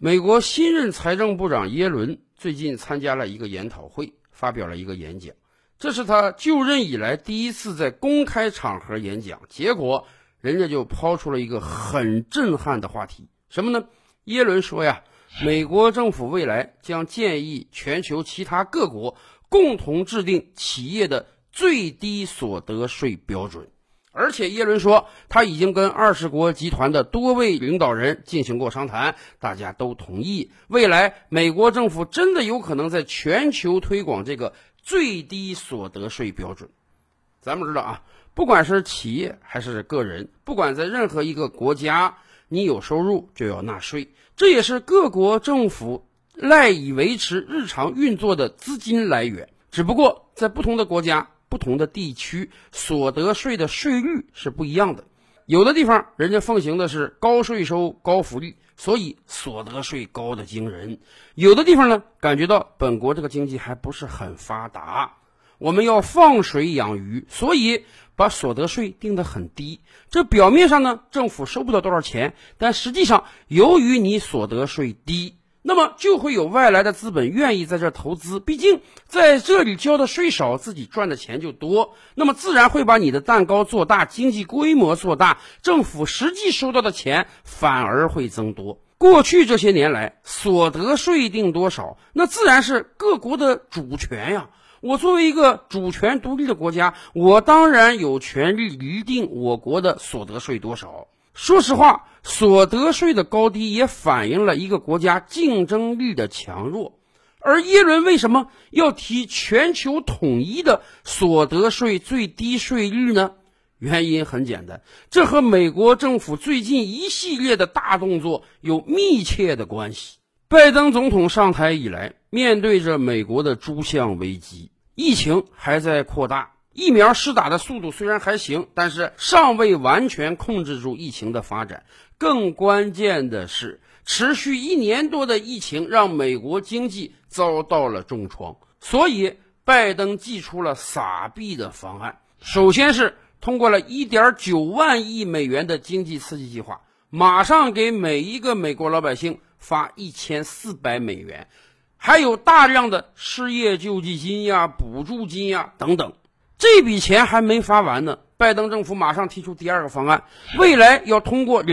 美国新任财政部长耶伦最近参加了一个研讨会，发表了一个演讲，这是他就任以来第一次在公开场合演讲，结果人家就抛出了一个很震撼的话题，什么呢？耶伦说呀，美国政府未来将建议全球其他各国共同制定企业的最低所得税标准。而且耶伦说，他已经跟20国集团的多位领导人进行过商谈，大家都同意，未来美国政府真的有可能在全球推广这个最低所得税标准。咱们知道啊，不管是企业还是个人，不管在任何一个国家，你有收入就要纳税，这也是各国政府赖以维持日常运作的资金来源。只不过在不同的国家不同的地区，所得税的税率是不一样的，有的地方人家奉行的是高税收高福利，所以所得税高的惊人，有的地方呢感觉到本国这个经济还不是很发达，我们要放水养鱼，所以把所得税定得很低，这表面上呢政府收不到多少钱，但实际上由于你所得税低，那么就会有外来的资本愿意在这投资，毕竟在这里交的税少，自己赚的钱就多，那么自然会把你的蛋糕做大，经济规模做大，政府实际收到的钱反而会增多。过去这些年来，所得税定多少，那自然是各国的主权呀。我作为一个主权独立的国家，我当然有权利厘定我国的所得税多少。说实话，所得税的高低也反映了一个国家竞争力的强弱。而耶伦为什么要提全球统一的所得税最低税率呢？原因很简单，这和美国政府最近一系列的大动作有密切的关系。拜登总统上台以来，面对着美国的诸项危机，疫情还在扩大，疫苗施打的速度虽然还行，但是尚未完全控制住疫情的发展。更关键的是，持续1年多的疫情让美国经济遭到了重创，所以拜登祭出了撒币的方案。首先是通过了 1.9 万亿美元的经济刺激计划，马上给每一个美国老百姓发1400美元，还有大量的失业救济金呀、补助金呀等等。这笔钱还没发完呢，拜登政府马上提出第二个方案，未来要通过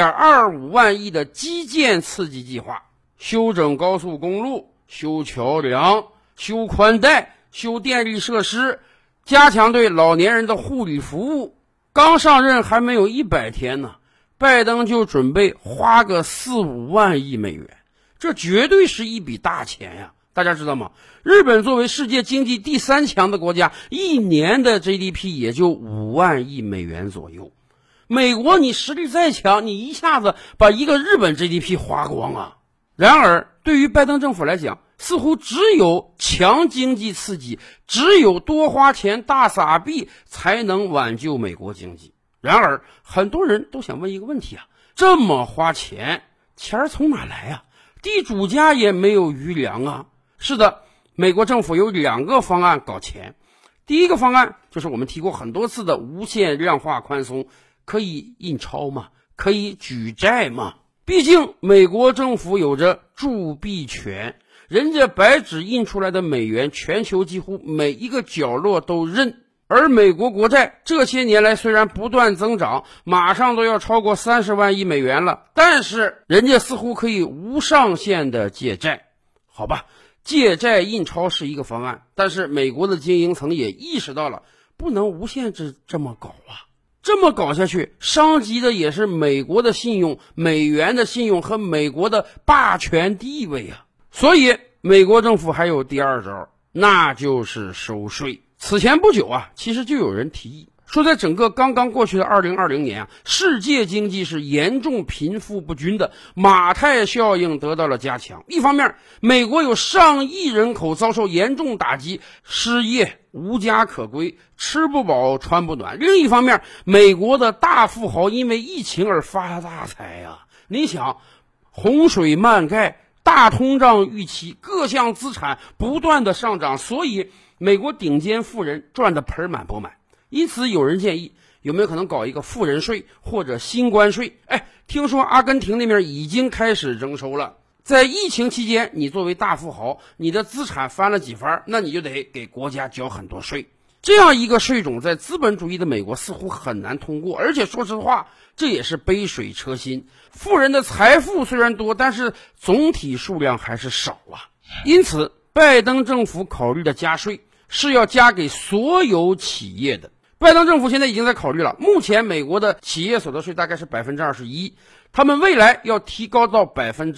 2.25 万亿的基建刺激计划，修整高速公路、修桥梁、修宽带、修电力设施，加强对老年人的护理服务。刚上任还没有100天呢，拜登就准备花个4-5万亿美元，这绝对是一笔大钱呀。大家知道吗？日本作为世界经济第3强的国家，一年的 GDP 也就5万亿美元左右。美国你实力再强，你一下子把一个日本 GDP 花光啊。然而对于拜登政府来讲，似乎只有强经济刺激，只有多花钱大撒币才能挽救美国经济。然而很多人都想问一个问题啊，这么花钱，钱从哪来啊？地主家也没有余粮啊。是的，美国政府有2个方案搞钱。第一个方案就是我们提过很多次的无限量化宽松，可以印钞嘛，可以举债嘛。毕竟美国政府有着铸币权，人家白纸印出来的美元，全球几乎每一个角落都认。而美国国债这些年来虽然不断增长，马上都要超过30万亿美元了，但是人家似乎可以无上限的借债。好吧，借债印钞是一个方案，但是美国的经营层也意识到了，不能无限制这么搞啊。这么搞下去，伤及的也是美国的信用、美元的信用和美国的霸权地位啊。所以美国政府还有第二招，那就是收税。此前不久啊，其实就有人提议说，在整个刚刚过去的2020年啊，世界经济是严重贫富不均的，马太效应得到了加强。一方面，美国有上亿人口遭受严重打击，失业、无家可归、吃不饱穿不暖；另一方面，美国的大富豪因为疫情而发大财呀。你想，洪水漫盖，大通胀预期，各项资产不断的上涨，所以美国顶尖富人赚得盆满钵满。因此有人建议，有没有可能搞一个富人税或者新关税？听说阿根廷那边已经开始征收了。 在疫情期间，你作为大富豪，你的资产翻了几番，那你就得给国家交很多税。这样一个税种在资本主义的美国似乎很难通过，而且说实话，这也是杯水车薪。富人的财富虽然多，但是总体数量还是少啊。因此，拜登政府考虑的加税是要加给所有企业的。拜登政府现在已经在考虑了，目前美国的企业所得税大概是 21%， 他们未来要提高到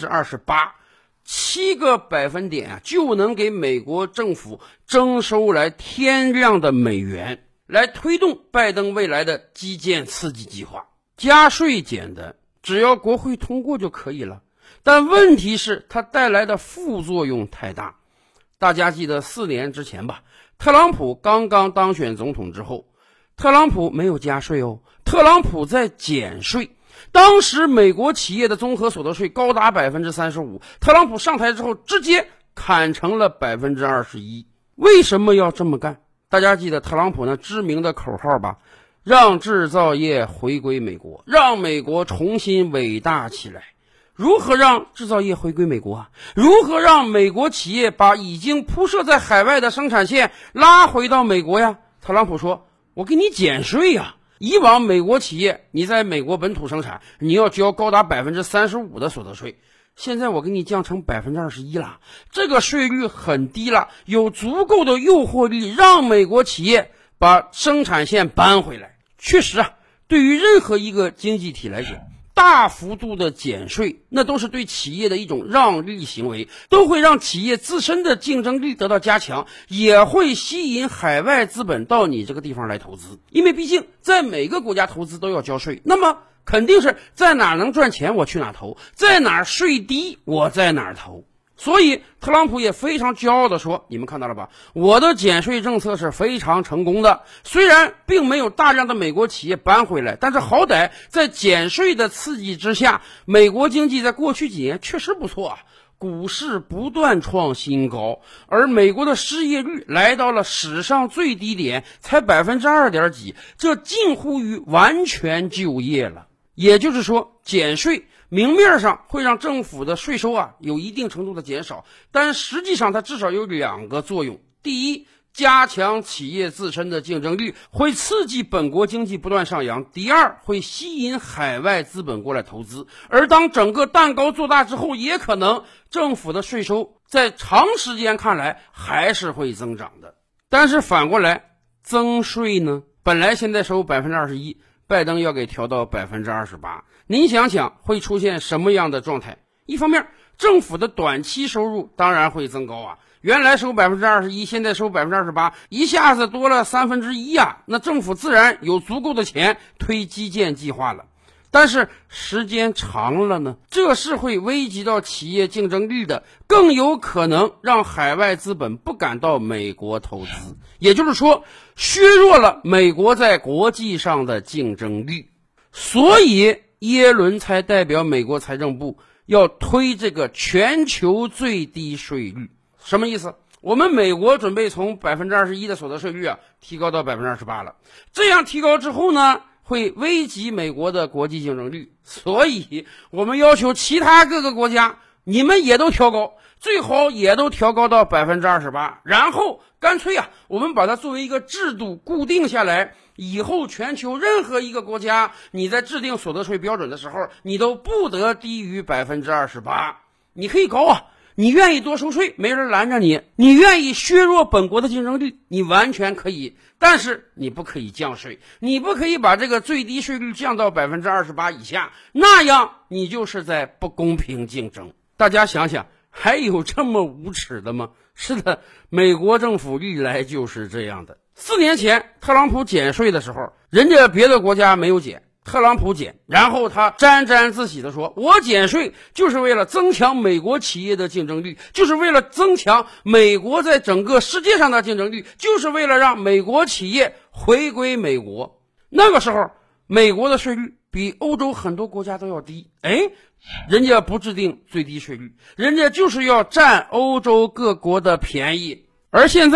28%，7个百分点啊，就能给美国政府征收来天量的美元，来推动拜登未来的基建刺激计划。加税简单，只要国会通过就可以了，但问题是它带来的副作用太大。大家记得4年之前吧，特朗普刚刚当选总统之后，特朗普没有加税哦，特朗普在减税。当时美国企业的综合所得税高达 35%， 特朗普上台之后直接砍成了 21%。 为什么要这么干？大家记得特朗普那知名的口号吧，让制造业回归美国，让美国重新伟大起来。如何让制造业回归美国啊？如何让美国企业把已经铺设在海外的生产线拉回到美国呀？特朗普说，我给你减税呀。以往美国企业你在美国本土生产，你要交高达 35% 的所得税，现在我给你降成 21% 了，这个税率很低了，有足够的诱惑力让美国企业把生产线搬回来。确实啊，对于任何一个经济体来讲，大幅度的减税，那都是对企业的一种让利行为，都会让企业自身的竞争力得到加强，也会吸引海外资本到你这个地方来投资。因为毕竟在每个国家投资都要交税，那么肯定是在哪能赚钱我去哪投，在哪税低我在哪投。所以特朗普也非常骄傲地说，你们看到了吧，我的减税政策是非常成功的。虽然并没有大量的美国企业搬回来，但是好歹在减税的刺激之下，美国经济在过去几年确实不错啊，股市不断创新高，而美国的失业率来到了史上最低点，才 2. 点几，这近乎于完全就业了。也就是说，减税明面上会让政府的税收有一定程度的减少，但实际上它至少有2个作用。第一，加强企业自身的竞争力，会刺激本国经济不断上扬。第二，会吸引海外资本过来投资，而当整个蛋糕做大之后，也可能政府的税收在长时间看来还是会增长的。但是反过来，增税呢，本来现在收 21%，拜登要给调到 28%， 您想想会出现什么样的状态？一方面，政府的短期收入当然会增高啊，原来收 21%， 现在收 28%， 一下子多了1/3啊，那政府自然有足够的钱推基建计划了。但是时间长了呢，这是会危及到企业竞争力的，更有可能让海外资本不敢到美国投资，也就是说削弱了美国在国际上的竞争力。所以耶伦才代表美国财政部要推这个全球最低税率。什么意思？我们美国准备从 21% 的所得税率提高到 28% 了，这样提高之后呢，会危及美国的国际竞争力，所以我们要求其他各个国家，你们也都调高，最好也都调高到 28%， 然后干脆我们把它作为一个制度固定下来，以后全球任何一个国家，你在制定所得税标准的时候，你都不得低于 28%。 你可以高你愿意多收税，没人拦着你，你愿意削弱本国的竞争力，你完全可以，但是你不可以降税，你不可以把这个最低税率降到 28% 以下，那样你就是在不公平竞争。大家想想，还有这么无耻的吗？是的，美国政府历来就是这样的。4年前特朗普减税的时候，人家别的国家没有减，特朗普减，然后他沾沾自喜地说，我减税就是为了增强美国企业的竞争力，就是为了增强美国在整个世界上的竞争力，就是为了让美国企业回归美国。那个时候美国的税率比欧洲很多国家都要低，人家不制定最低税率，人家就是要占欧洲各国的便宜。而现在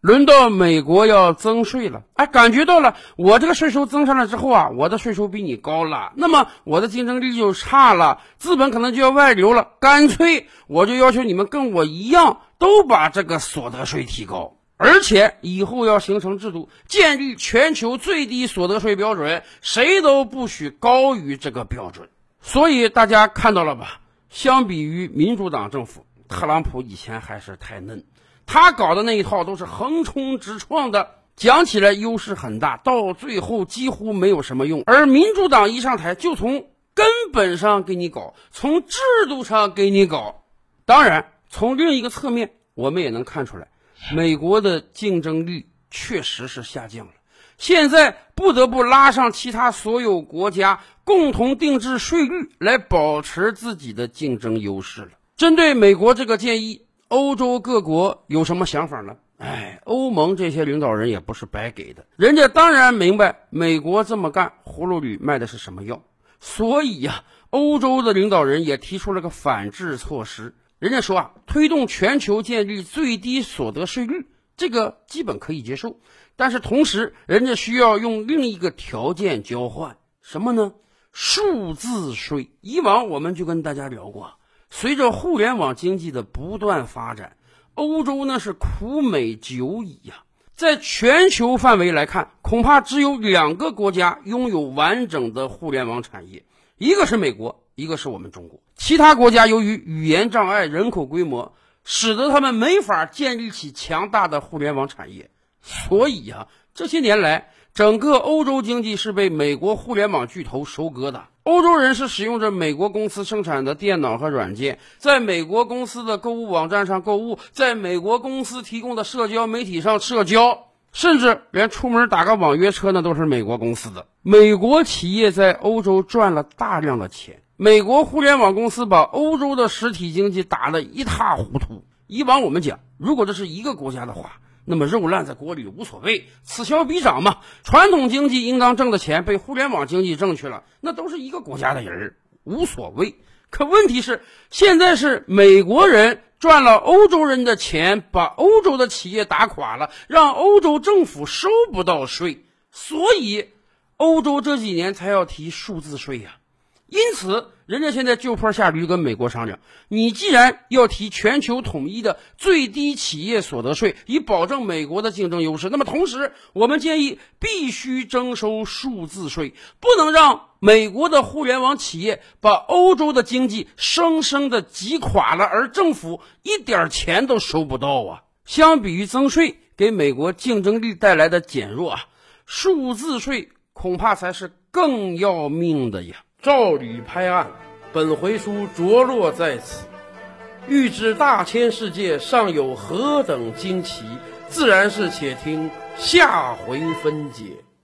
轮到美国要增税了，感觉到了我这个税收增上来之后啊，我的税收比你高了，那么我的竞争力就差了，资本可能就要外流了，干脆我就要求你们跟我一样，都把这个所得税提高，而且以后要形成制度，建立全球最低所得税标准，谁都不许高于这个标准。所以大家看到了吧，相比于民主党政府，特朗普以前还是太嫩，他搞的那一套都是横冲直撞的，讲起来优势很大，到最后几乎没有什么用。而民主党一上台就从根本上给你搞，从制度上给你搞。当然从另一个侧面我们也能看出来，美国的竞争力确实是下降了，现在不得不拉上其他所有国家共同定制税率来保持自己的竞争优势了。针对美国这个建议，欧洲各国有什么想法呢？欧盟这些领导人也不是白给的，人家当然明白美国这么干葫芦里卖的是什么药，所以欧洲的领导人也提出了个反制措施。人家说推动全球建立最低所得税率，这个基本可以接受，但是同时人家需要用另一个条件交换，什么呢？数字税。以往我们就跟大家聊过，随着互联网经济的不断发展，欧洲呢是苦美久矣在全球范围来看，恐怕只有2个国家拥有完整的互联网产业，一个是美国，一个是我们中国。其他国家由于语言障碍、人口规模，使得他们没法建立起强大的互联网产业。所以这些年来整个欧洲经济是被美国互联网巨头收割的。欧洲人是使用着美国公司生产的电脑和软件，在美国公司的购物网站上购物，在美国公司提供的社交媒体上社交，甚至连出门打个网约车那都是美国公司的。美国企业在欧洲赚了大量的钱，美国互联网公司把欧洲的实体经济打得一塌糊涂。以往我们讲，如果这是一个国家的话，那么肉烂在锅里无所谓，此消彼长嘛。传统经济应当挣的钱被互联网经济挣去了，那都是一个国家的人，无所谓。可问题是，现在是美国人赚了欧洲人的钱，把欧洲的企业打垮了，让欧洲政府收不到税，所以欧洲这几年才要提数字税因此人家现在就坡下驴跟美国商量，你既然要提全球统一的最低企业所得税，以保证美国的竞争优势，那么同时我们建议必须征收数字税，不能让美国的互联网企业把欧洲的经济生生的挤垮了，而政府一点钱都收不到相比于增税给美国竞争力带来的减弱数字税恐怕才是更要命的呀。 照吕拍案，本回书着落在此。欲知大千世界尚有何等惊奇，自然是且听下回分解。